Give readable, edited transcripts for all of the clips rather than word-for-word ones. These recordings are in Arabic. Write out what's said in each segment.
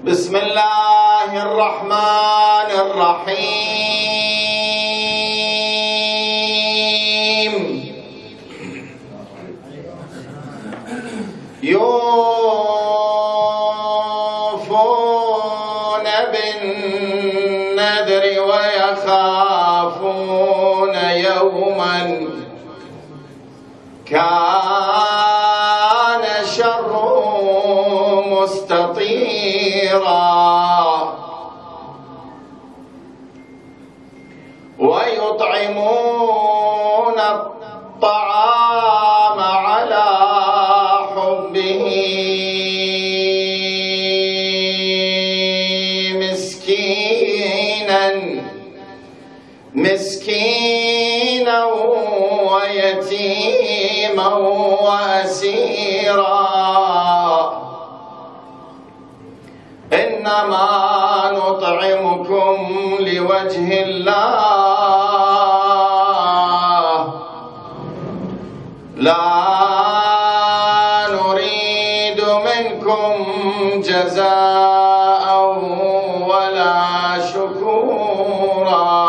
بسم الله الرحمن الرحيم. يوفون بالنذر ويخافون يوما كان شره مستطيرا ويطعمون الطعام على حبه مسكينا ويتيما وأسيرا إنما نطعمكم لوجه الله لا نريد منكم جزاء ولا شكورا.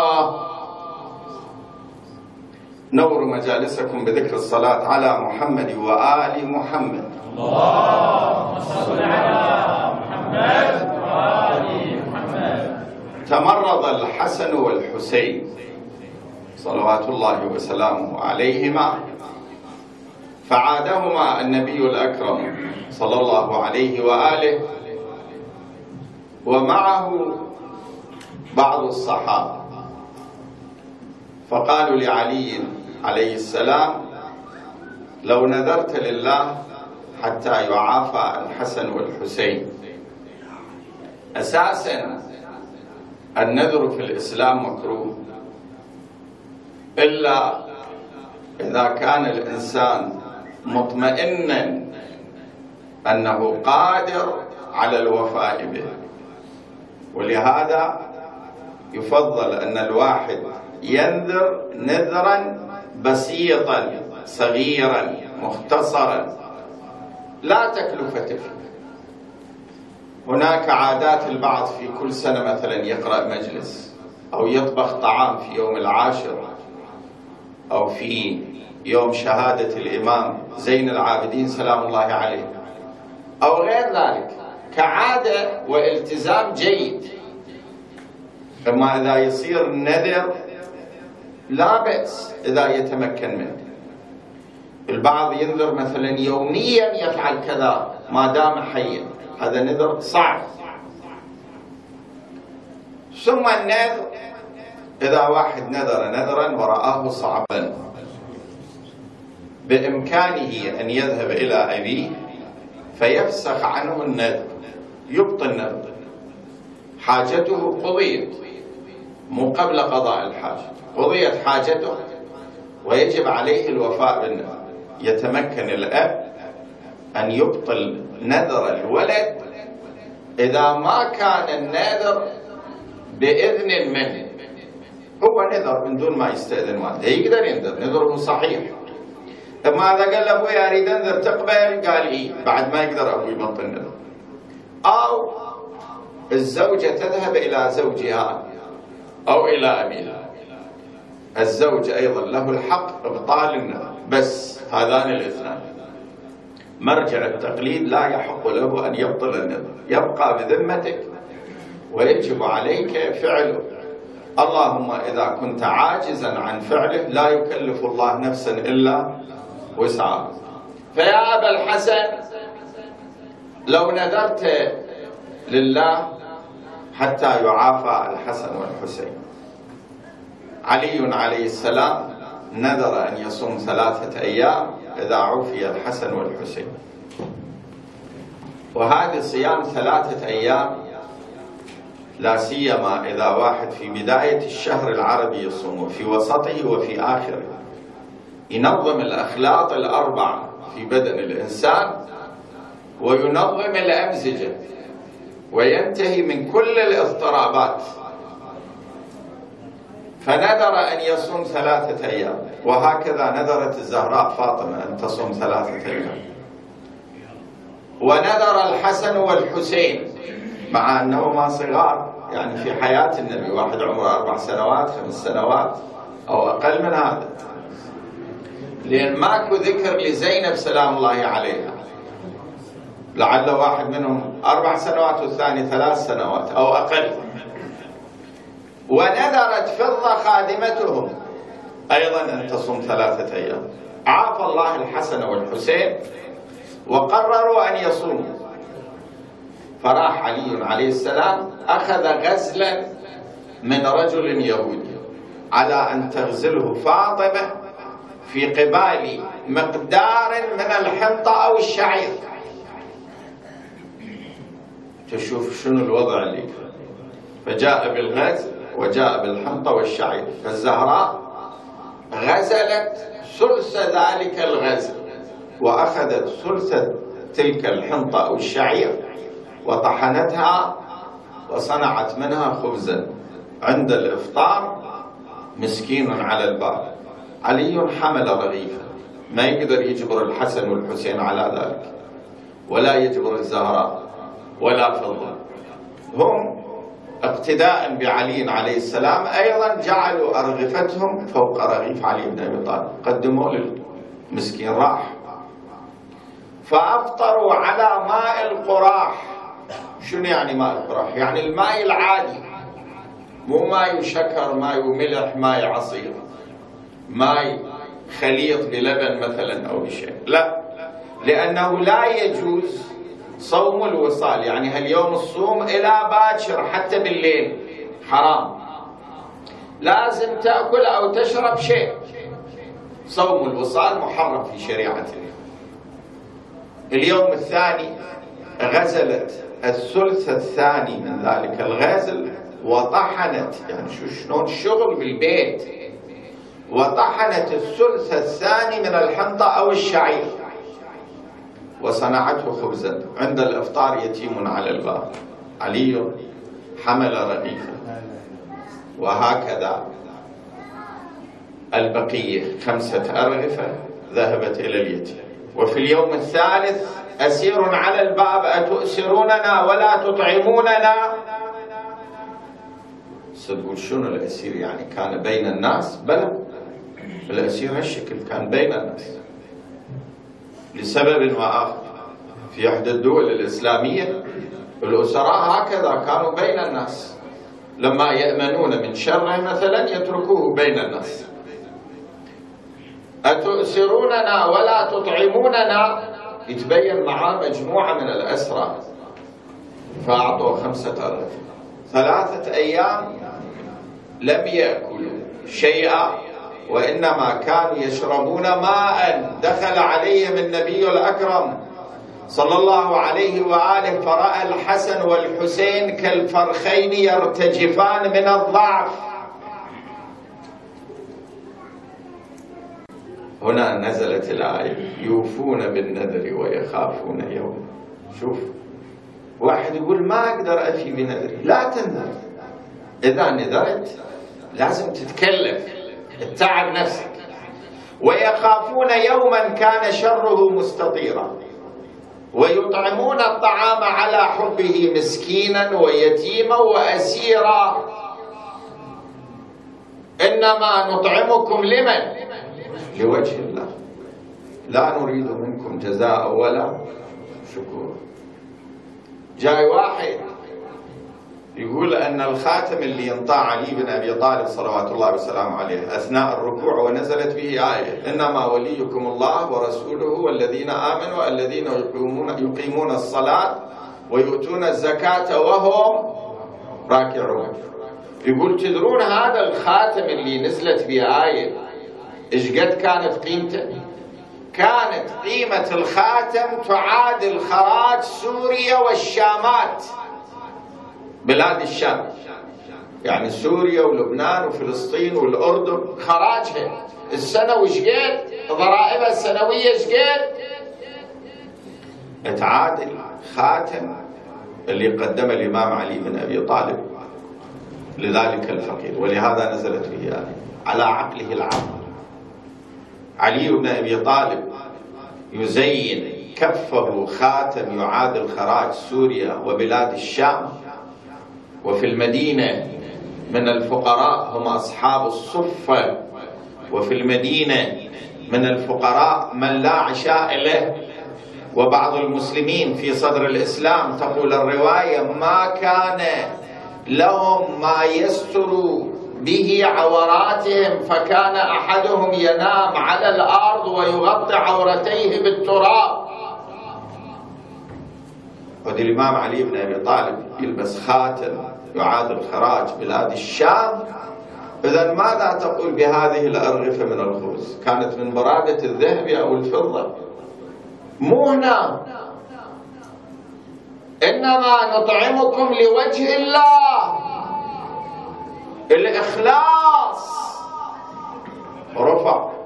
نور مجالسكم بذكر الصلاة على محمد وآل محمد. اللهم صل على محمد وآل محمد. تمرض الحسن والحسين صلوات الله وسلامه عليهما، فعادهما النبي الأكرم صلى الله عليه وآله ومعه بعض الصحابة، فقالوا لعلي عليه السلام: لو نذرت لله حتى يعافى الحسن والحسين. أساسا النذر في الإسلام مكروه إلا إذا كان الإنسان مطمئنا أنه قادر على الوفاء به، ولهذا يفضل أن الواحد ينذر نذرا بسيطا صغيرا مختصرا لا تكلفة فيه. هناك عادات البعض في كل سنة مثلا يقرأ مجلس أو يطبخ طعام في يوم العاشر أو في يوم شهادة الإمام زين العابدين سلام الله عليه أو غير ذلك كعادة والتزام جيد. أما إذا يصير النذر لا بأس إذا يتمكن منه. البعض ينذر مثلا يوميا يفعل كذا ما دام حيا، هذا نذر صعب. ثم النذر إذا واحد نذر نذرا ورآه صعبا بإمكانه أن يذهب إلى أبيه فيفسخ عنه النذر، يبطل النذر، حاجته قضيت، مو قبل قضاء الحاجة، قضيت حاجته ويجب عليه الوفاء بالنذر. يتمكن الأب أن يبطل نذر الولد إذا ما كان النذر بإذن منه. هو نذر من دون ما يستأذن والده، يقدر ينذر، نذره صحيح. أما إذا قال أبوي أريد أنذر تقبل، قال إيه، بعد ما يقدر أبوي يبطل نذر. أو الزوجة تذهب إلى زوجها أو إلى أبيها، الزوج أيضا له الحق إبطال النذر، بس هذان الاثنان. مرجع التقليد لا يحق له أن يبطل النذر، يبقى بذمتك ويجب عليك فعله. اللهم إذا كنت عاجزا عن فعله لا يكلف الله نفسا إلا وسعها. فيا أبا الحسن، لو نذرت لله حتى يعافى الحسن والحسين. علي عليه السلام نذر أن يصوم 3 أيام إذا عفي الحسن والحسين، وهذا صيام 3 أيام لا سيما إذا واحد في بداية الشهر العربي يصوم وفي وسطه وفي آخره، ينظم الأخلاط ال4 في بدن الإنسان وينظم الأمزجة وينتهي من كل الاضطرابات. فنذر أن يصوم 3 أيام، وهكذا نذرت الزهراء فاطمة أن تصوم 3 أيام، ونذر الحسن والحسين مع أنهما صغار، يعني في حياة النبي واحد عمره 4 سنوات 5 سنوات أو أقل من هذا، لأن ماكو ذكر لزينب سلام الله عليها، لعل واحد منهم 4 سنوات والثاني 3 سنوات أو أقل. ونذرت فضة خادمتهم أيضا أن تصوم 3 أيام. عافى الله الحسن والحسين وقرروا أن يصوموا، فراح علي عليه السلام أخذ غزلا من رجل يهودي على أن تغزله فاطمة في قبال مقدار من الحنطة أو الشعير. تشوف شنو الوضع اللي فجاء بالغزل وجاء بالحنطة والشعير. فالزهراء غزلت ثلث ذلك الغزل وأخذت ثلث تلك الحنطة أو الشعير وطحنتها وصنعت منها خبزا. عند الإفطار مسكين على الباب، علي حمل رغيفا، ما يقدر يجبر الحسن والحسين على ذلك، ولا يجبر الزهراء ولا فضة. هم اقتداء بعلي عليه السلام أيضا جعلوا أرغفتهم فوق رغيف علي بن أبي طالب، قدموا للمسكين راح. فأفطروا على ماء القراح. شنو يعني ماء القراح؟ يعني الماء العادي، مو ماء شكر، ماء ملح، ماء عصير، ماء خليط بلبن مثلا أو بشيء، لا، لأنه لا يجوز صوم الوصال، يعني هاليوم الصوم إلى باكر حتى بالليل حرام، لازم تأكل أو تشرب شيء. صوم الوصال محرم في شريعتنا. اليوم الثاني غزلت الثلث الثاني من ذلك الغزل وطحنت، يعني شلون الشغل بالبيت، وطحنت الثلث الثاني من الحنطة أو الشعير وصنعته خبزا. عند الإفطار يتيم على الباب، علي حمل رغيفا، وهكذا البقية 5 أرغفة ذهبت إلى اليتيم. وفي اليوم الثالث أسير على الباب أتؤسروننا ولا تطعموننا. تقول شنو الأسير؟ يعني كان بين الناس؟ بلى، الأسير هالشكل كان بين الناس لسبب وآخر. في إحدى الدول الإسلامية الأسراء هكذا كانوا بين الناس، لما يأمنون من شره مثلا يتركوه بين الناس. أتؤسروننا ولا تطعموننا، يتبين معاه مجموعة من الأسرى، فأعطوا 5 أرغفة. 3 أيام لم يأكلوا شيئا، وإنما كانوا يشربون ماء. دخل عليهم النبي الأكرم صلى الله عليه وآله فرأى الحسن والحسين كالفرخين يرتجفان من الضعف. هنا نزلت الآية يوفون بالنذر ويخافون يوما. شوف، واحد يقول ما أقدر أفي بنذري، لا تنذر. إذا نذرت لازم تتكلف، تتعب نفسك. ويخافون يوما كان شره مستطيرا، ويطعمون الطعام على حبه مسكينا ويتيما وأسيرا. إنما نطعمكم لمن؟ لوجه الله، لا نريد منكم جزاء ولا شكورا. جاي واحد يقول أن الخاتم اللي ينطع علي بن أبي طالب صلوات الله وسلامه عليه أثناء الركوع ونزلت به آية إنما وليكم الله ورسوله والذين آمنوا الذين يقيمون الصلاة ويؤتون الزكاة وهم راكعون. يقول تدرون هذا الخاتم اللي نزلت به آية إيش قد كانت قيمته؟ كانت قيمة الخاتم تعادل خراج سوريا والشامات، بلاد الشام، يعني سوريا ولبنان وفلسطين والأردن، خراجها السنة وش قد؟ ضرائبها السنوية ايش قد؟ تعادل خاتم اللي قدمه الإمام علي بن أبي طالب لذلك الفقير. ولهذا نزلت به آية على عقله العام. علي بن أبي طالب يزين كفه خاتم يعادل خراج سوريا وبلاد الشام وفي المدينة من الفقراء هم أصحاب الصفة، وفي المدينة من الفقراء من لا عشاء له. وبعض المسلمين في صدر الإسلام تقول الرواية ما كان لهم ما يستر به عوراتهم، فكان أحدهم ينام على الأرض ويغطي عورتيه بالتراب. ودي الإمام علي بن أبي طالب يلبس خاتم يعاد الخراج بلاد الشام. إذن ماذا تقول بهذه الأرغفة من الخبز؟ كانت من برادة الذهب أو الفضة؟ مو هنا، إنما نطعمكم لوجه الله. الإخلاص رفع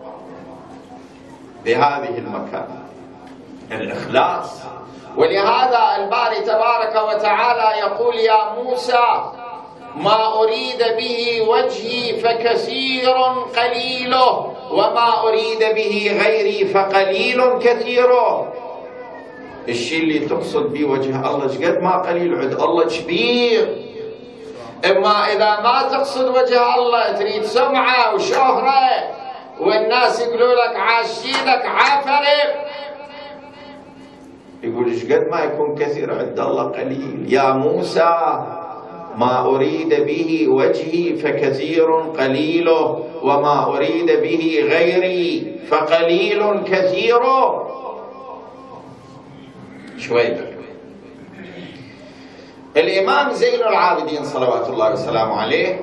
بهذه المكان، الإخلاص. ولهذا الباري تبارك وتعالى يقول يا موسى ما أريد به وجهي فكثير قليله، وما أريد به غيري فقليل كثيره. الشيء اللي تقصد به وجه الله شقد ما قليل عند الله كبير. إما إذا ما تقصد وجه الله تريد سمعة وشهرة والناس يقولوا لك عاشينك عافرك، يقول شقد ما يكون كثير عند الله قليل. يا موسى ما أريد به وجهي فكثير قليله، وما أريد به غيري فقليل كثيره. شوي الإمام زين العابدين صلوات الله وسلامه عليه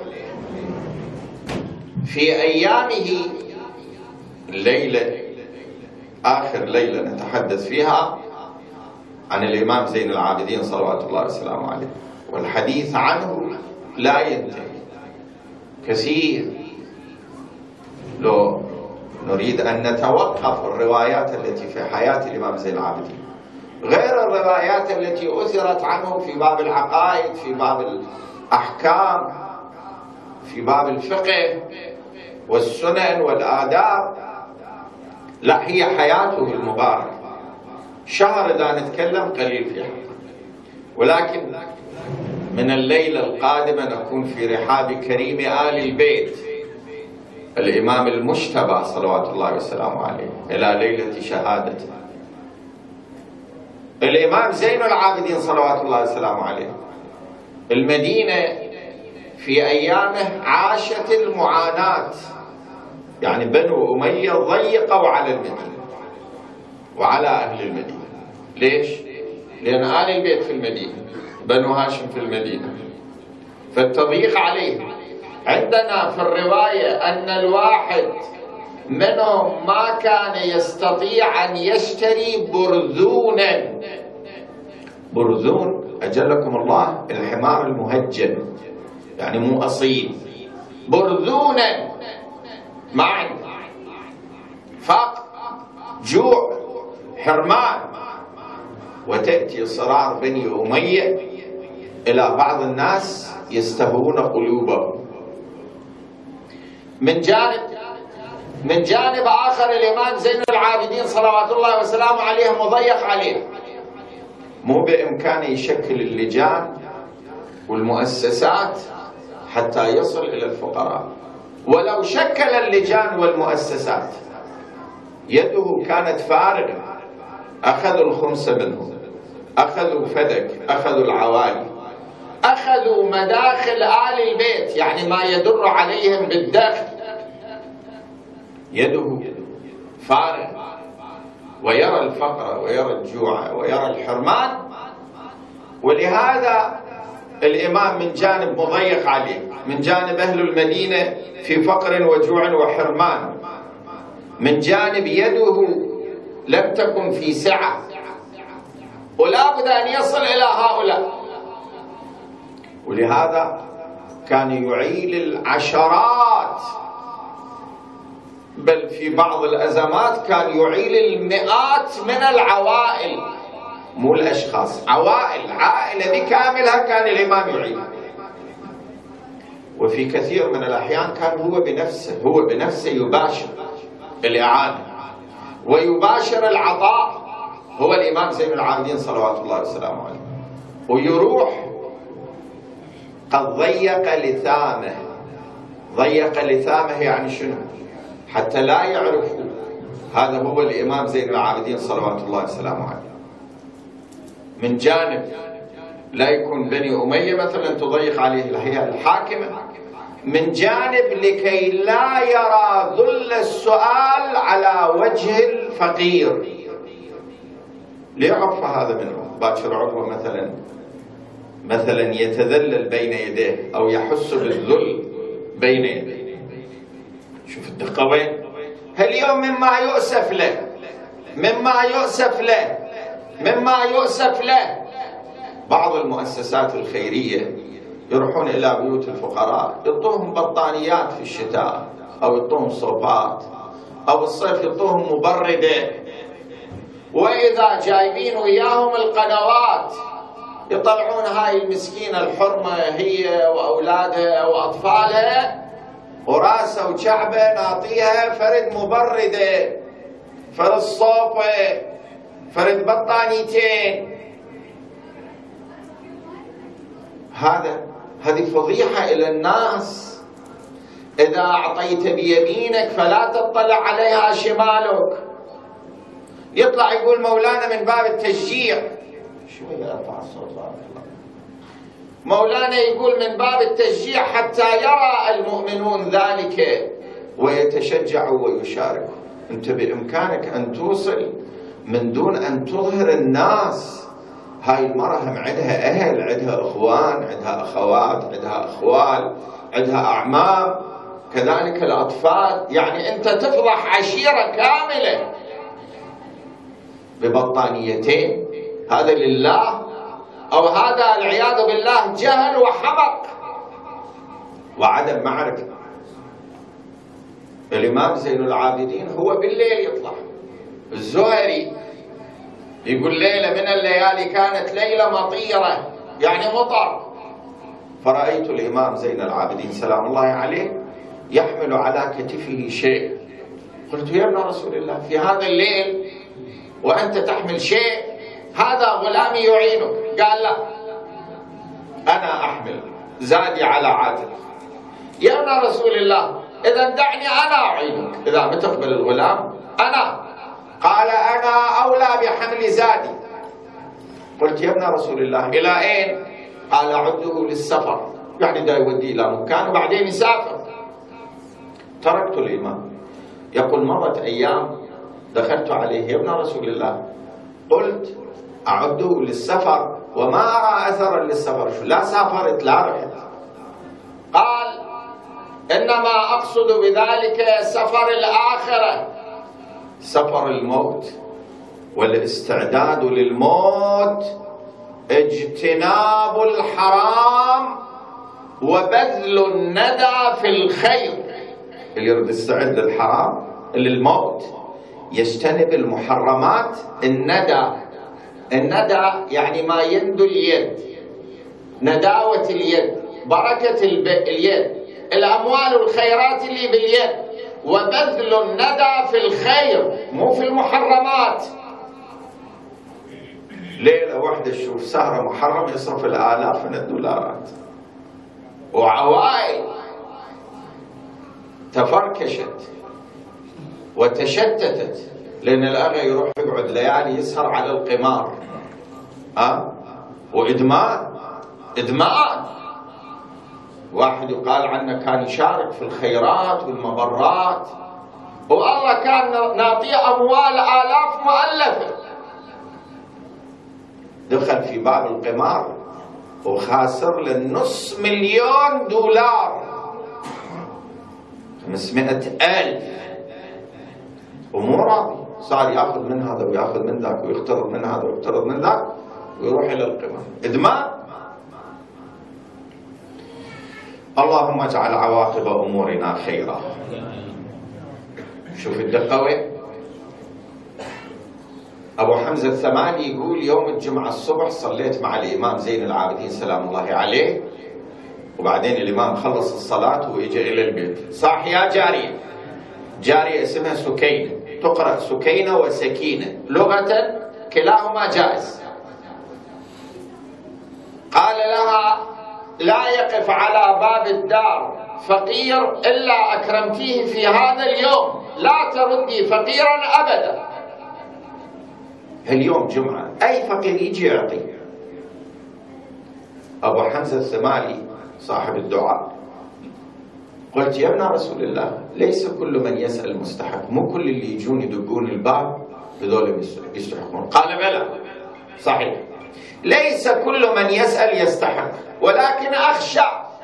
في أيامه الليلة، آخر ليلة نتحدث فيها عن الإمام زين العابدين صلوات الله وسلامه عليه، والحديث عنه لا ينتهي كثير. لو نريد أن نتوقف الروايات التي في حياة الإمام زين العابدين غير الروايات التي أثرت عنه في باب العقائد، في باب الأحكام، في باب الفقه والسنن والآداب، لا، هي حياته المباركة. شهر إذا نتكلم قليل فيها، ولكن من الليلة القادمة نكون في رحاب كريم آل البيت الإمام المجتبى صلوات الله وسلامه عليه إلى ليلة شهادته. الإمام زين العابدين صلوات الله وسلامه عليه المدينة في أيامه عاشت المعاناة، يعني بنو أمية ضيقوا على المدينة وعلى أهل المدينة. ليش؟ لأن آل البيت في المدينة، بنو هاشم في المدينة، فالتضييق عليهم. عندنا في الرواية أن الواحد منهم ما كان يستطيع أن يشتري برذونا. برذون أجلكم الله الحمار المهجن، يعني مو أصيل، برذونا ما عنده، فقر، جوع، حرمان. وتأتي صراع بني أمية إلى بعض الناس يستهون قلوبهم. من جانب آخر الإمام زين العابدين صلوات الله وسلامه عليه مضيق عليه، مو بإمكانه يشكل اللجان والمؤسسات حتى يصل إلى الفقراء. ولو شكل اللجان والمؤسسات يده كانت فارغة. أخذوا الخمسة منهم، أخذوا فدك، أخذوا العوالي، أخذوا مداخل آل البيت، يعني ما يدر عليهم بالدخل. يده فارغ، ويرى الفقر ويرى الجوع ويرى الحرمان. ولهذا الإمام من جانب مضيق عليه، من جانب أهل المدينة في فقر وجوع وحرمان، من جانب يده لم تكن في سعة، ولا بد أن يصل إلى هؤلاء. ولهذا كان يعيل العشرات، بل في بعض الأزمات كان يعيل المئات من العوائل، مو الأشخاص، عوائل، عائلة بكاملها كان الإمام يعيل. وفي كثير من الأحيان كان هو بنفسه يباشر الإعانة ويباشر العطاء، هو الإمام زين العابدين صلوات الله وسلامه عليه، ويروح قد ضيق لثامه. ضيق لثامه يعني شنو؟ حتى لا يعرفوا. هذا هو الإمام زين العابدين صلوات الله وسلامه عليه. من جانب لا يكون بني أمية مثلا تضيق عليه الهيئة الحاكمة، من جانب لكي لا يرى ذل السؤال على وجه الفقير، ليعرف هذا منه. باكر عروة مثلا يتذلل بين يديه أو يحس بالذل بين يديه. شوف الدقة وين. اليوم مما يؤسف له بعض المؤسسات الخيرية يروحون إلى بيوت الفقراء يعطوهم بطانيات في الشتاء، أو يعطوهم صوفات، أو بالصيف يعطوهم مبردة، وإذا جايبين وياهم القنوات يطلعون هاي المسكينة الحرمة هي وأولادها وأطفالها وراسها وشعبها نعطيها فرد مبردة، فرد صوفة، فرد بطانيتين. هذه فضيحة إلى الناس. إذا أعطيت بيمينك فلا تطلع عليها شمالك. يطلع يقول مولانا من باب التشجيع، شوية أرفع الصوت مولانا يقول من باب التشجيع حتى يرى المؤمنون ذلك ويتشجعوا ويشاركوا. أنت بإمكانك أن توصل من دون أن تظهر الناس. هاي المرأة هم عندها أهل، عندها إخوان، عندها أخوات، عندها أخوال، عندها أعمام، كذلك الأطفال. يعني أنت تفضح عشيرة كاملة ببطانيتين. هذا لله؟ أو هذا العياذ بالله جهل وحمق وعدم معرفة. الإمام زين العابدين هو بالليل يطلع. الزهري يقول ليلة من الليالي كانت ليلة مطيرة، يعني مطر، فرأيت الإمام زين العابدين سلام الله عليه يحمل على كتفه شيء. قلت يا ابن رسول الله في هذا الليل وأنت تحمل شيء؟ هذا غلامي يعينك. قال لا، أنا أحمل زادي على عاتق. يا ابن رسول الله إذا دعني أنا أعينك، إذا ما تقبل الغلام أنا. قال أنا أولى بحمل زادي. قلت يا ابن رسول الله إلى أين؟ قال أعده للسفر، يعني دا يودي إلى مكان وبعدين يسافر. تركت الإمام. يقول مرت أيام دخلت عليه يا ابن رسول الله، قلت أعده للسفر وما أرى أثرا للسفر، لا سافرت لا رحت. قال إنما أقصد بذلك سفر الآخرة، سفر الموت والاستعداد للموت، اجتناب الحرام وبذل الندى في الخير. اللي يريد يستعد للحرام للموت يجتنب المحرمات. الندى يعني ما يندو اليد، نداوة اليد، بركة اليد، الأموال والخيرات اللي باليد، وبذل الندى في الخير مو في المحرمات. ليلة واحدة تشوف سهرة محرم يصرف الآلاف من الدولارات، وعوائل تفركشت وتشتتت، لأن الأغا يروح يقعد ليالي يسهر على القمار. وإدمان. واحد يقال عنه كان يشارك في الخيرات والمبرات، والله كان نعطيه أموال آلاف مؤلفة. دخل في باب القمار وخاسر ل$500,000 500,000 ومو راضي. صار ياخذ من هذا وياخذ من ذاك ويقترض من هذا ويقترض من ذاك ويروح إلى القمار. إدمان. اللهم اجعل عواقب أمورنا خيرا. شوف الدقة وين. أبو حمزة الثمالي يقول يوم الجمعة الصبح صليت مع الإمام زين العابدين سلام الله عليه، وبعدين الإمام خلص الصلاة وإجا إلى البيت. صاح يا جارية اسمها سكينة، تقرأ سكينة وسكينة، لغة كلاهما جائز. قال لها لا يقف على باب الدار فقير إلا أكرمتيه في هذا اليوم، لا تردي فقيرا أبدا. اليوم جمعة أي فقير يجي يعطي. أبو حمزة الثمالي صاحب الدعاء قلت يا ابن رسول الله ليس كل من يسأل مستحق، مو كل اللي يجون يدقون الباب هذول يستحقون. قال بلى صحيح، ليس كل من يسأل يستحق، ولكن أخشى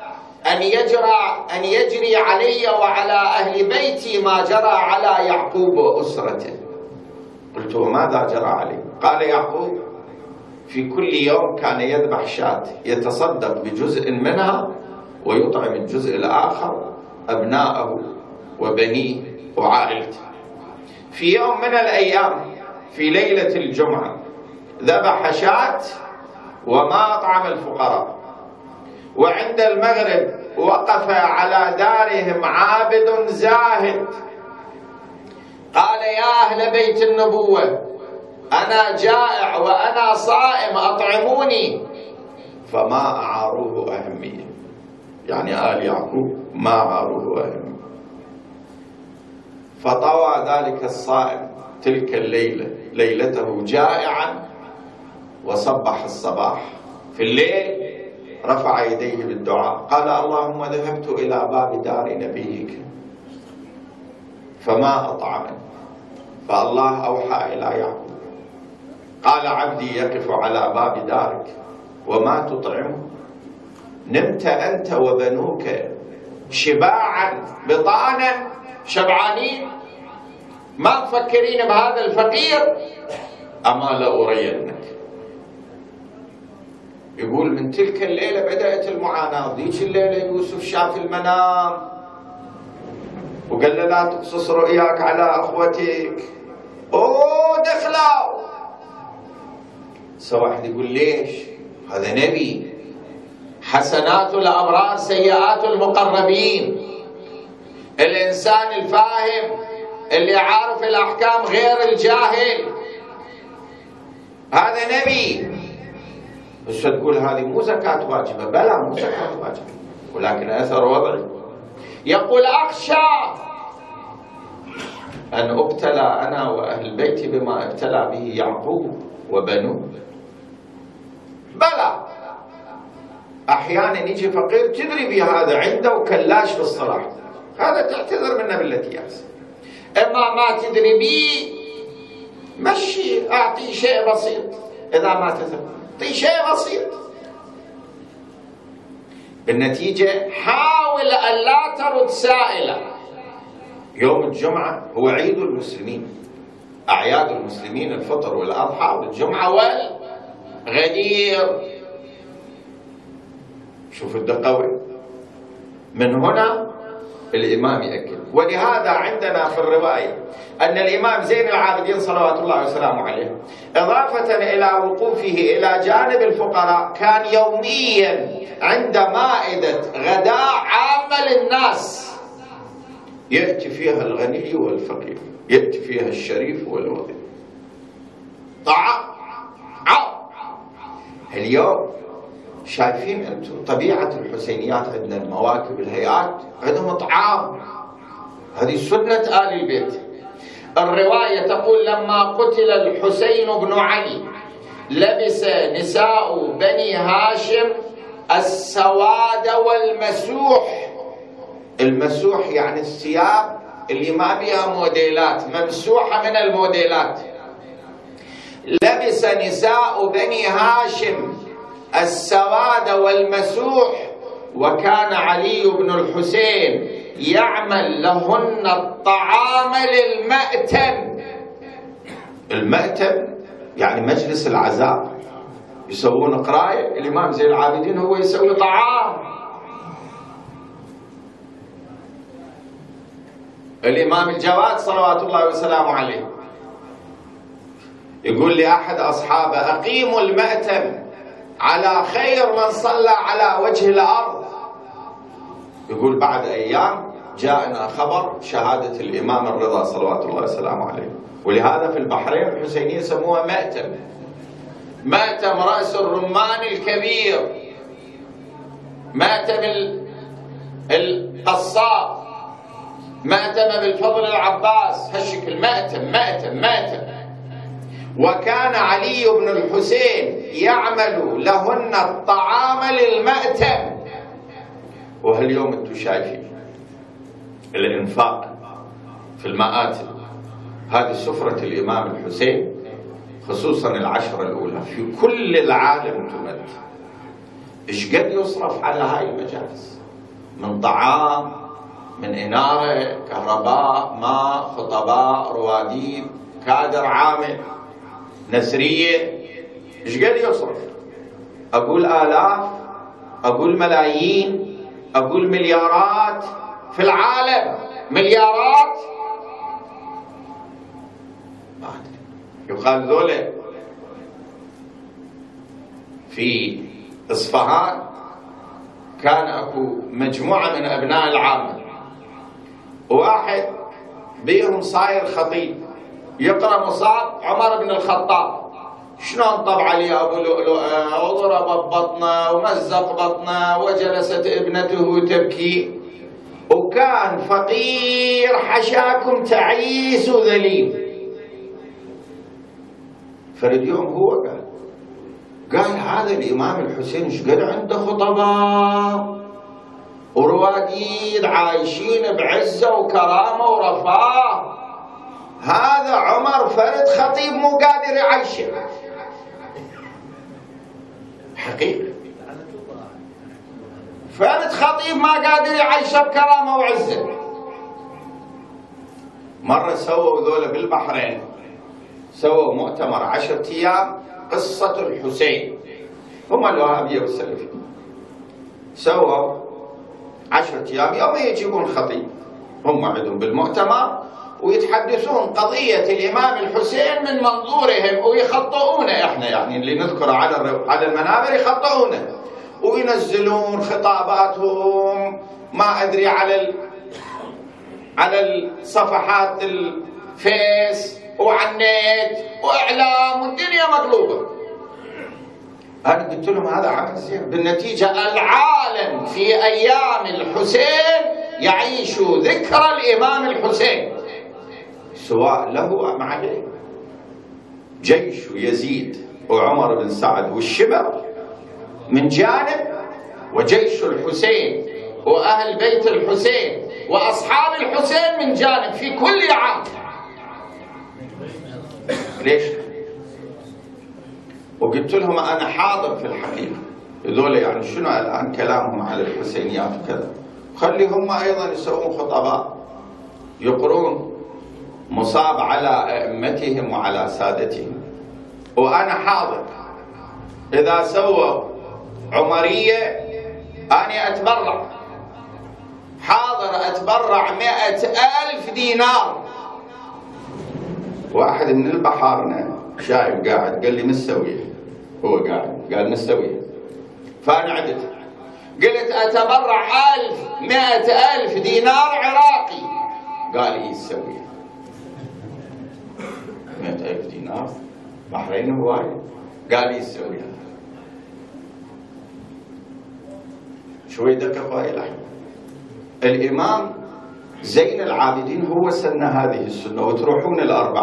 أن يجري علي وعلى أهل بيتي ما جرى على يعقوب وأسرته. قلت وماذا جرى عليه؟ قال يعقوب في كل يوم كان يذبح شاة يتصدق بجزء منها ويطعم الجزء الآخر أبناءه وبنيه وعائلته. في يوم من الأيام في ليلة الجمعة ذبح شاة وما أطعم الفقراء، وعند المغرب وقف على دارهم عابد زاهد قال يا أهل بيت النبوة أنا جائع وأنا صائم أطعموني، فما أعاروه أهمية، يعني آل يعقوب ما أعاروه أهمية. فطوى ذلك الصائم تلك الليلة ليلته جائعا، وصبح الصباح في الليل رفع يديه بالدعاء قال اللهم ذهبت إلى باب دار نبيك فما أطعمني، فالله أوحى إلى يعقوب قال عبدي يقف على باب دارك وما تطعمه، نمت أنت وبنوك شباعا بطانا شبعانين، ما تفكرين بهذا الفقير، أما لأرينك. يقول من تلك الليلة بدأت المعاناة. ذيك الليلة يوسف شاف المنام وقال له لا تقصص رؤياك على أخوتك، أوه دخلوا. واحد يقول ليش؟ هذا نبي، حسنات الأبرار سيئات المقربين. الإنسان الفاهم اللي عارف الأحكام غير الجاهل، هذا نبي. بس تقول هذه مو زكاة واجبة، بلى مو زكاة واجبة، ولكن أثر وضعي. يقول أخشى أن أبتلى أنا وأهل بيتي بما ابتلى به يعقوب وبنوه. بلى أحيانا يجي فقير تدري بهذا عنده كلاش بالصلاة، هذا تعتذر منه بالتي يحسن. إما ما تدري بي مشي، أعطي شيء بسيط، إذا ما تدري أعطي شيء بسيط. بالنتيجة حاول أن لا ترد سائلا. يوم الجمعة هو عيد المسلمين، أعياد المسلمين الفطر والأضحى والجمعة والغدير. شوف الدقة. من هنا الإمام يأكد. ولهذا عندنا في الرواية أن الإمام زين العابدين صلوات الله وسلامه عليه إضافة إلى وقوفه إلى جانب الفقراء كان يوميا عند مائدة غداء عامة للناس، يأتي فيها الغني والفقير، يأتي فيها الشريف والوضيع. طعام. اليوم شايفين أنتم طبيعة الحسينيات، عندنا المواكب الهيئات عندهم طعام، هذه سنة آل البيت. الرواية تقول لما قتل الحسين بن علي لبس نساء بني هاشم السواد والمسوح. المسوح يعني الثياب اللي ما بها موديلات، ممسوحة من الموديلات. لبس نساء بني هاشم السواد والمسوح، وكان علي بن الحسين يعمل لهن الطعام للمأتم. المأتم يعني مجلس العزاء، يسوون قراية، الإمام زين العابدين هو يسوي طعام. الإمام الجواد صلوات الله وسلامه عليه يقول لأحد أصحابه أقيموا المأتم على خير من صلى على وجه الأرض. يقول بعد أيام جاءنا خبر شهادة الإمام الرضا صلوات الله وسلامه عليه. ولهذا في البحرين الحسينية يسموها مأتم. مأتم رأس الرمان الكبير. مأتم القصاب، مأتم بالفضل العباس، هالشكل مأتم مأتم مأتم. وكان علي بن الحسين يعمل لهن الطعام للمأتم. وهاليوم انتم شايفين الإنفاق في المآتم، هذه سفرة الإمام الحسين خصوصا العشرة الأولى في كل العالم تمد. إيش قد يصرف على هاي المجالس من طعام، من إنارة، كهرباء، ماء، خطباء، رواديد، كادر عامل، نسرية. إيش قد يصرف؟ أقول آلاف، أقول ملايين، أقول مليارات في العالم، مليارات. يقال ذولا في إصفهان كان أكو مجموعة من أبناء العامة، واحد بيهم صاير خطيب يقرأ مصاب عمر بن الخطاب، شلون طب عليه أبو لؤلؤة وضرب بطنه ومزق بطنه وجلست ابنته تبكي، وكان فقير حشاكم تعيس ذليل. فرد يوم هو قال هذا الإمام الحسين ايش قد عنده خطباء ورواديد عايشين بعزة وكرامة ورفاه، هذا عمر فرد خطيب مو قادر يعيشه. حقيقة فرد خطيب ما قادر يعيشه بكرامة وعزة. مرة سووا ذولا بالبحرين، سووا مؤتمر 10 أيام قصة الحسين، هم الوهابية والسلفية، سووا 10 أيام يوم يجيبون خطيب هم عندهم بالمؤتمر ويتحدثون قضية الإمام الحسين من منظورهم ويخطئونه، احنا يعني اللي نذكره على المنابر يخطئونه وينزلون خطاباتهم ما أدري على الصفحات الفيس وعلى النت وإعلام والدنيا مقلوبة. أنا قلت لهم هذا عكس، بالنتيجة العالم في أيام الحسين يعيش ذكرى الإمام الحسين سواء له أم عليه. جيش يزيد وعمر بن سعد والشبر من جانب، وجيش الحسين وأهل بيت الحسين وأصحاب الحسين من جانب في كل عام. ليش؟ وقلت لهم أنا حاضر في الحقيقة، هذول يعني شنو الآن كلامهم على الحسينيات وكذا، خليهم أيضا يسوون خطباء يقرون مصاب على أئمتهم وعلى سادتهم، وأنا حاضر. إذا سووا عمرية أنا أتبرع، حاضر أتبرع 100,000 دينار. واحد من البحارنا شايب قاعد قال لي مستويه، هو قاعد قال مستويه، فأنا عدت قلت أتبرع 100,000 دينار عراقي، قال إيه تسويه 100,000 دينار بحرين هواي، قال إيه تسويه. شوي دقق هاي الأحوال. الإمام زين العابدين هو سن هذه السنة، وتروحون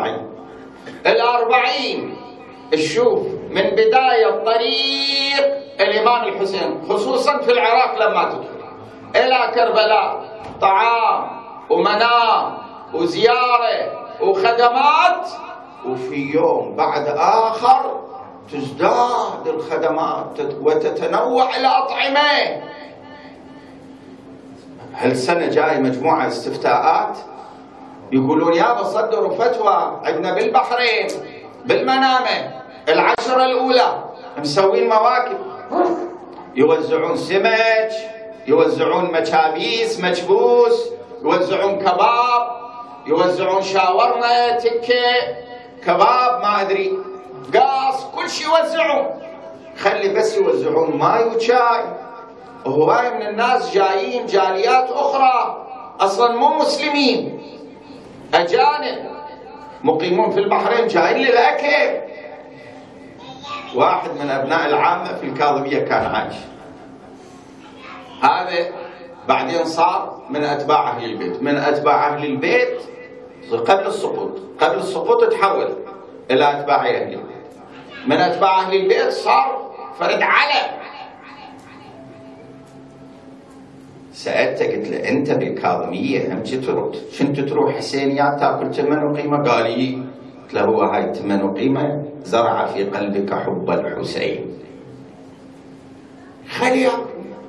الأربعين تشوف من بداية طريق الإمام الحسين خصوصا في العراق لما تدخل إلى كربلاء، طعام ومنام وزيارة وخدمات، وفي يوم بعد آخر تزداد الخدمات وتتنوع الأطعمة. هالسنة جاي مجموعة استفتاءات يقولون يابا صدروا فتوى عندنا بالبحرين بالمنامة 10 الأولى مسوين مواكب، يوزعون سمك، يوزعون مكابيس مكبوس، يوزعون كباب، يوزعون شاورما، تكة، كباب، ما أدري قاص، كل شيء يوزعون. خلي بس يوزعون ماي وشاي. وهواي من الناس جايين جاليات أخرى أصلا مو مسلمين، أجانب مقيمون في البحرين جايين للأكل. واحد من أبناء العامة في الكاظمية كان عايش، هذا بعدين صار من أتباع أهل البيت. من أتباع أهل البيت قبل السقوط تحول إلى أتباع أهل البيت. من أتباع أهل البيت صار فرد علم. سألته قلت له أنت بالكاظمية هم كنت تروح حسينيات تاكل تمن وقيمة؟ قال لي. قلت له هو هاي تمن وقيمة زرع في قلبك حب الحسين، خلي ياكل.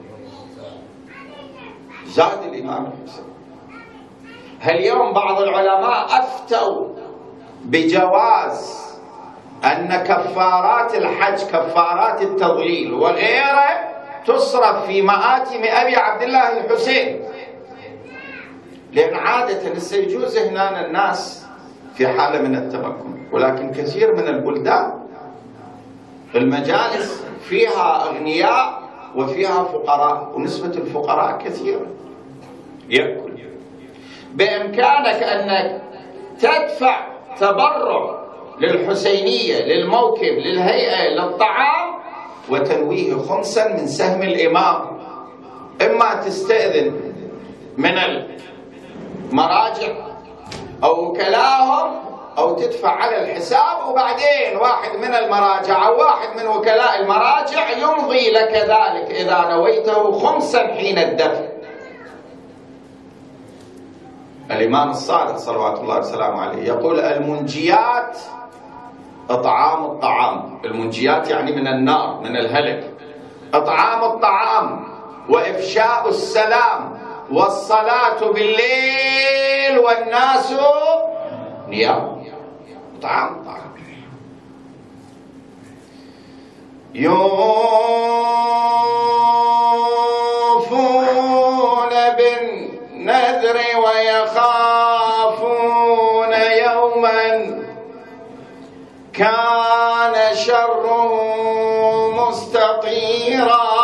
زاد الإمام الحسين. هاليوم بعض العلماء أفتوا بجواز أن كفارات الحج، كفارات التضليل وغيره، تصرف في مآتم أبي عبد الله الحسين، لأن عادة سيجوز هنا الناس في حالة من التمكن، ولكن كثير من البلدان المجالس فيها أغنياء وفيها فقراء، ونسبة الفقراء كثيرة. يأكل. بإمكانك أنك تدفع تبرع للحسينية، للموكب، للهيئة، للطعام، وتنويه خمسا من سهم الإمام. إما تستأذن من المراجع أو وكلاهم، أو تدفع على الحساب، وبعدين واحد من المراجع أو واحد من وكلاء المراجع يمضي لك ذلك إذا نويته خمسا حين الدفع. الإمام الصادق صلوات الله وسلامه عليه يقول: المنجيات إطعام الطعام. المنجيات يعني من النار، من الهلك. إطعام الطعام وإفشاء السلام والصلاة بالليل والناس نيام. طعام الطعام. يوفون بالنذر ويخافون يوما كان شره مستطيرا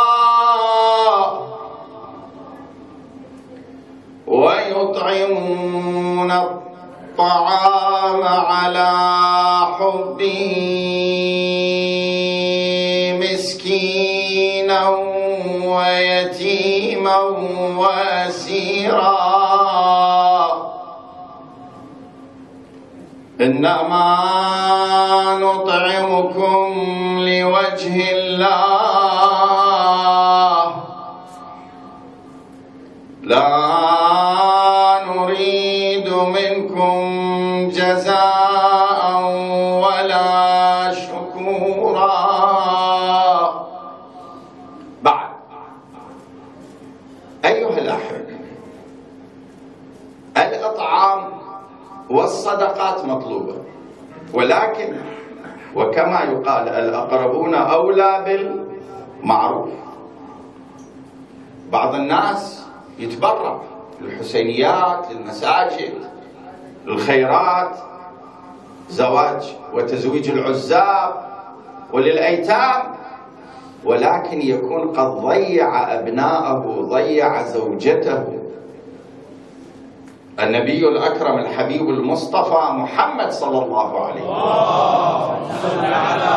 ويطعمون الطعام على حبه مسكينا ويتيما واسيرا إنما نطعمكم لوجه الله لا نريد منكم جزاء ولا شكورا. بعد أيها الأحبة، الإطعام والصدقات مطلوبة، ولكن وكما يقال الأقربون أولى بالمعروف. بعض الناس يتبرع للحسينيات، للمساجد، للخيرات، زواج وتزويج العزاب، وللأيتام، ولكن يكون قد ضيع أبناءه، ضيع زوجته. النبي الأكرم الحبيب المصطفى محمد صلى الله عليه وسلم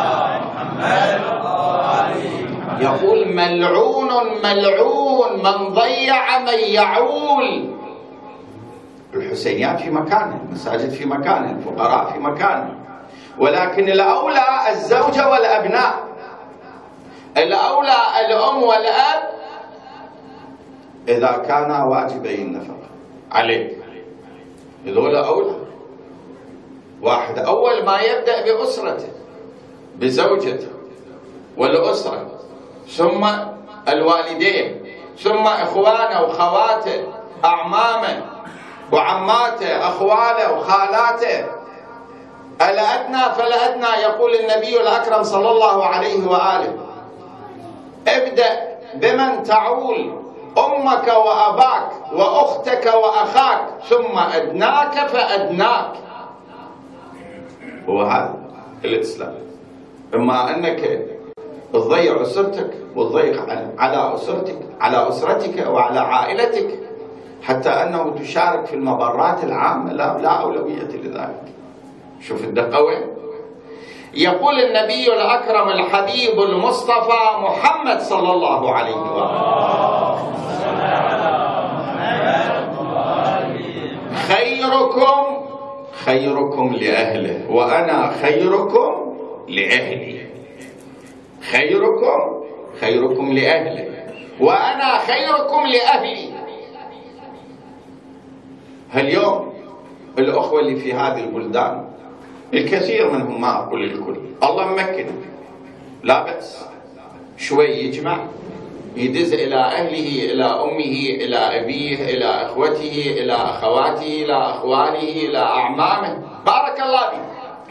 يقول: ملعون ملعون من ضيع من يعول. الحسينيات في مكانه، المساجد في مكانه، الفقراء في مكانه، ولكن الأولى الزوجة والأبناء، الأولى الأم والأب إذا كانا واجبي النفقة عليك، هذول أولى. واحد أول ما يبدأ بأسرته، بزوجته والأسرة، ثم الوالدين، ثم إخوانه وخواته، أعمامه وعماته، أخواله وخالاته. الأدنى فالأدنى. يقول النبي الأكرم صلى الله عليه وآله: ابدأ بمن تعول، أمك وأباك وأختك وأخاك، ثم أدناك فأدناك. وهذا الإسلام. إما أنك تضيع أسرتك وتضيق على أسرتك وعلى عائلتك، حتى أنه تشارك في المبارات العامة، لا أولوية لذلك. شوف الدقة وين. يقول النبي الأكرم الحبيب المصطفى محمد صلى الله عليه وآله: خيركم خيركم لأهله وأنا خيركم لأهلي. خيركم خيركم لأهله وأنا خيركم لأهلي. هاليوم الأخوة اللي في هذه البلدان الكثير منهم، ما أقول الكل، الله ممكن، لا بأس، شوي يجمع يدز إلى أهله، إلى أمه، إلى أبيه، إلى أخوته، إلى أخواته، إلى أخوانه، إلى أعمامه، بارك الله به.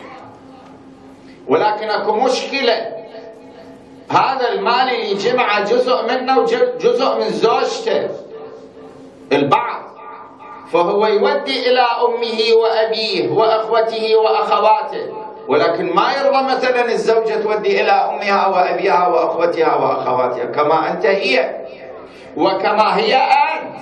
ولكن أكو مشكلة، هذا المال اللي جمع جزء منه وجزء من زوجته البعض، فهو يودي إلى أمه وأبيه وأخوته وأخواته، ولكن ما يرضى مثلا الزوجة تودي إلى أمها وأبيها وأخوتها وأخواتها كما أنت هي وكما هي أنت.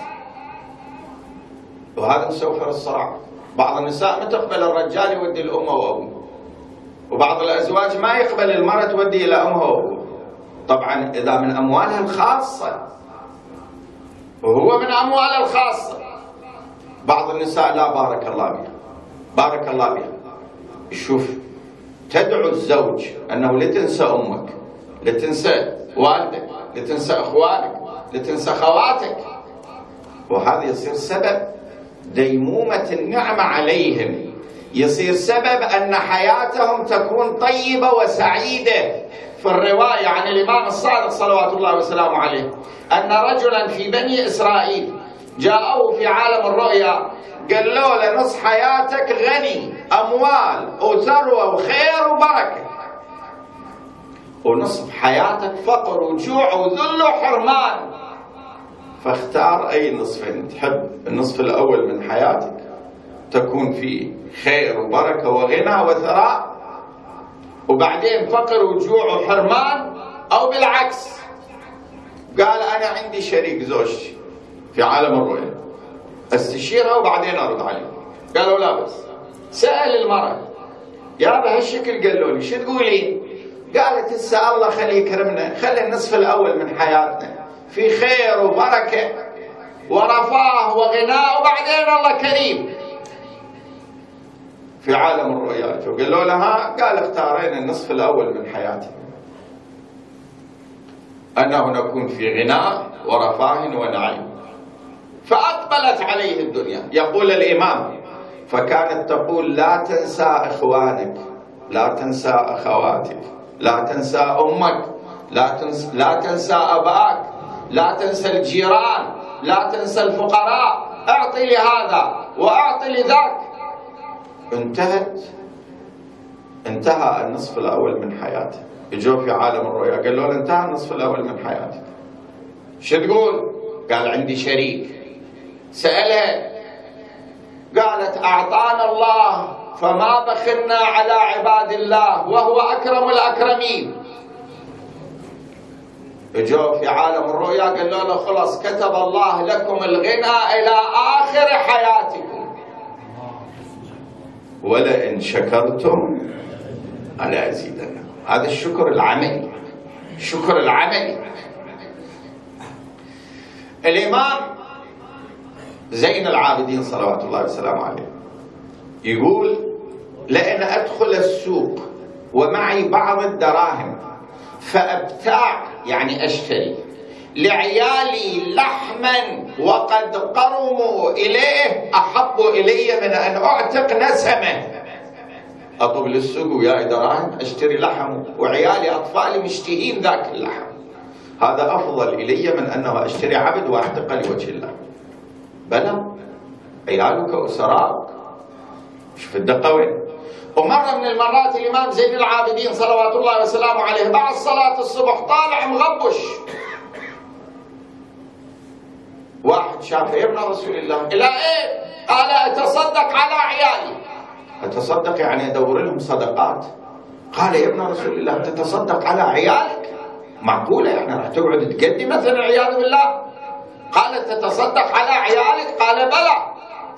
وهذا مسوفر الصراع. بعض النساء ما تقبل الرجال يودي الأم وأبوه، وبعض الأزواج ما يقبل المرأة تودي إلى أمها وأبوه، طبعا إذا من أموالها الخاصة وهو من أموالها الخاصة. بعض النساء لا، بارك الله بها، بارك الله بها، شوف تدعو الزوج أنه لا تنسى أمك، لا تنسى والدك، لا تنسى أخوانك، لا تنسى خواتك، وهذا يصير سبب ديمومة النعمة عليهم، يصير سبب أن حياتهم تكون طيبة وسعيدة. في الرواية عن الإمام الصادق صلوات الله وسلامه عليه أن رجلا في بني إسرائيل جاءه في عالم الرؤيا قال له لنص حياتك غني، أموال وثروة وخير وبركة، ونصف حياتك فقر وجوع وذل وحرمان، فاختار أي نصفين تحب. النصف الأول من حياتك تكون فيه خير وبركة وغنى وثراء، وبعدين فقر وجوع وحرمان، أو بالعكس. قال أنا عندي شريك زوجتي في عالم الرؤيا، استشيرها وبعدين أرد عليه. قالوا لا بس. سأل المرأة يا بهالشكل، قالوا لي شو تقولين؟ قالت هسه الله خليه يكرمنا، خلي النصف الأول من حياتنا في خير وبركة ورفاه وغناء، وبعدين الله كريم في عالم الرؤيا. قالوا لها، قال اختارين النصف الأول من حياتي، أنه نكون في غناء ورفاه ونعيم. فأقبلت عليه الدنيا. يقول الإمام فكانت تقول لا تنسى إخوانك، لا تنسى أخواتك، لا تنسى أمك، لا تنسى أباك، لا تنسى الجيران، لا تنسى الفقراء، أعطي لهذا وأعطي لذاك. انتهى النصف الأول من حياته. يجوا في عالم الرؤيا قالوا له انتهى النصف الأول من حياتك، شو تقول؟ قال عندي شريك. سألها قالت أعطانا الله فما بخلنا على عباد الله وهو أكرم الأكرمين. يجوا في عالم الرؤيا قالوا له خلاص كتب الله لكم الغنى إلى آخر حياتكم ولئن شكرتم على أزيدنا. هذا الشكر العملي، الشكر العملي. الإمام زين العابدين صلوات الله وسلامه عليه يقول لأن أدخل السوق ومعي بعض الدراهم فأبتاع، يعني أشتري لعيالي لحما وقد قرموا إليه، أحب إلي من أن أعتق نسمه. أطب للسوق وياي دراهم أشتري لحم وعيالي أطفالي مشتهين ذاك اللحم، هذا أفضل إلي من أنه أشتري عبد وأعتق لوجه الله. بلى عيالك وأسراك، شوف الدقة وين. ومرة من المرات الإمام زين العابدين صلوات الله وسلامه عليه بعد صلاة الصبح طالع مغبش، واحد شافه يا ابن رسول الله إلى إيه؟ قال أتصدق على عيالي. أتصدق يعني أدور لهم صدقات. قال يا ابن رسول الله تتصدق على عيالك؟ معقولة يعني راح تقعد تقدي مثلا عياذ بالله؟ قالت تتصدق على عيالك؟ قال بلى.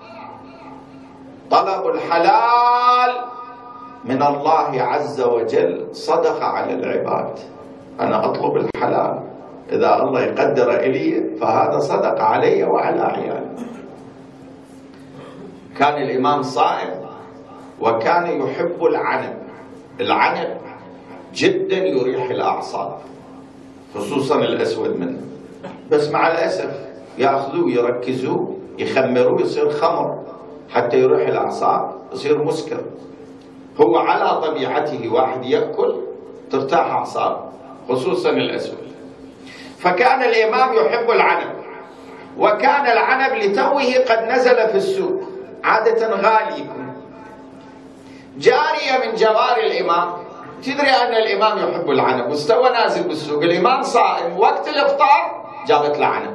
طلب الحلال من الله عز وجل صدقة على العباد. أنا أطلب الحلال، إذا الله يقدر إلي فهذا صدقة علي وعلى عيالي. كان الإمام صائم وكان يحب العنب. العنب جدا يريح الأعصاب، خصوصا الأسود منه، بس مع الأسف يأخذوه يركزوه يخمروه يصير خمر حتى يريح الأعصاب، يصير مسكر. هو على طبيعته واحد يأكل ترتاح أعصابه، خصوصا الأسود. فكان الإمام يحب العنب، وكان العنب لتوه قد نزل في السوق، عادة غالي يكون. جارية من جواري الإمام تدري أن الإمام يحب العنب واستوى نازل بالسوق، الإمام صائم وقت الإفطار جابت له عنب،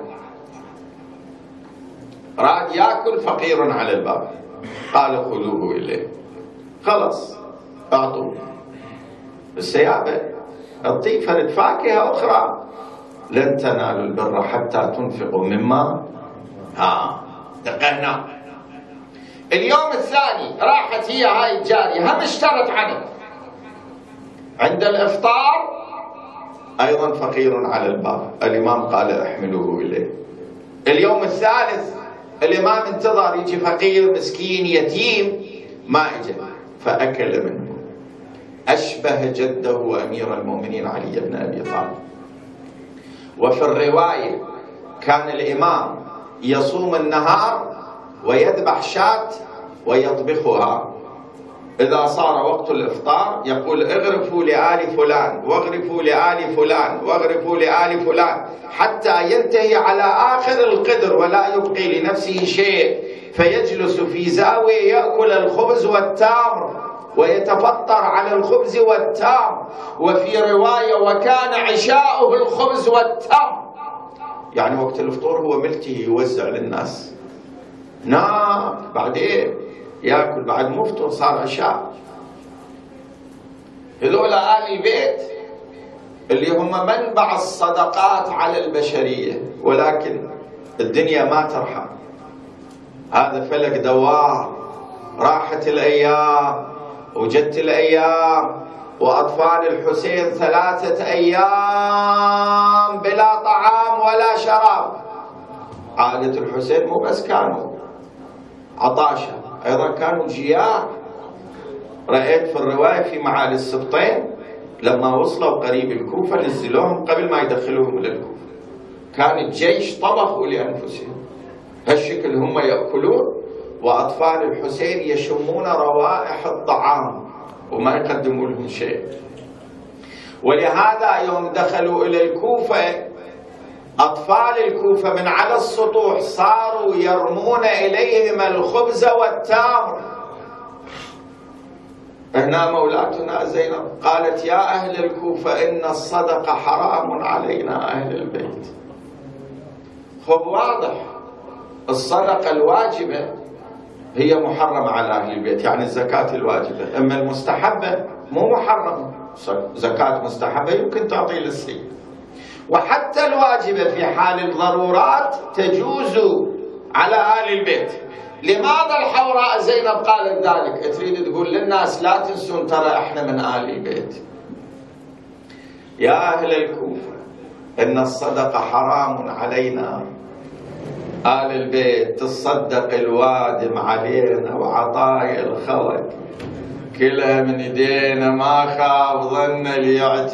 راد يأكل فقير على الباب، قال خذوه إليه، خلص أعطوه. السيابة أعطيه فرد فاكهة أخرى، لن تنالوا البر حتى تنفقوا مما دقهنا. اليوم الثاني راحت هي هاي الجارية هم اشترت عنب، عند الإفطار أيضا فقير على الباب، الإمام قال احملوه إليه. اليوم الثالث الإمام انتظر يجي فقير مسكين يتيم، ما اجى فأكل منه. أشبه جده أمير المؤمنين علي بن أبي طالب. وفي الرواية كان الإمام يصوم النهار ويذبح شاة ويطبخها، إذا صار وقت الإفطار يقول اغرفوا لآل فلان واغرفوا لآل فلان واغرفوا لآل فلان، حتى ينتهي على آخر القدر ولا يبقي لنفسه شيء، فيجلس في زاوية يأكل الخبز والتمر ويتفطر على الخبز والتمر. وفي رواية وكان عشاؤه الخبز والتمر، يعني وقت الفطور هو ملته يوزع للناس، نعم بعدين يأكل بعد مفطر صار عشاء. هذول آل البيت اللي هم منبع الصدقات على البشرية، ولكن الدنيا ما ترحم، هذا فلك دوار. راحت الأيام وجت الأيام وأطفال الحسين 3 أيام بلا طعام ولا شراب. عادة الحسين مو بس كانوا عطاشة، أيضا كانوا جياع. رأيت في الرواية في معالي السبطين لما وصلوا قريب الكوفة نزلوهم قبل ما يدخلوهم إلى الكوفة، كان الجيش طبخوا لأنفسهم، هالشكل هم يأكلون وأطفال الحسين يشمون روائح الطعام وما يقدموا لهم شيء. ولهذا يوم دخلوا إلى الكوفة أطفال الكوفة من على السطوح صاروا يرمون إليهم الخبز والتمر. هنا مولاتنا زينب قالت يا أهل الكوفة إن الصدقة حرام علينا أهل البيت. خب واضح الصدقة الواجبة هي محرمة على أهل البيت، يعني الزكاة الواجبة، أما المستحبة مو محرمة. زكاة مستحبة يمكن تعطي للسيد، وحتى الواجبة في حال الضرورات تجوز على آل البيت. لماذا الحوراء زينب قالت ذلك؟ تريد تقول للناس لا تنسون ترى احنا من آل البيت. يا أهل الكوفة إن الصدقة حرام علينا آل البيت، تصدق الوادم علينا وعطايا الخوت كلها من ايدينا، ما خاب ظن اللي يعتي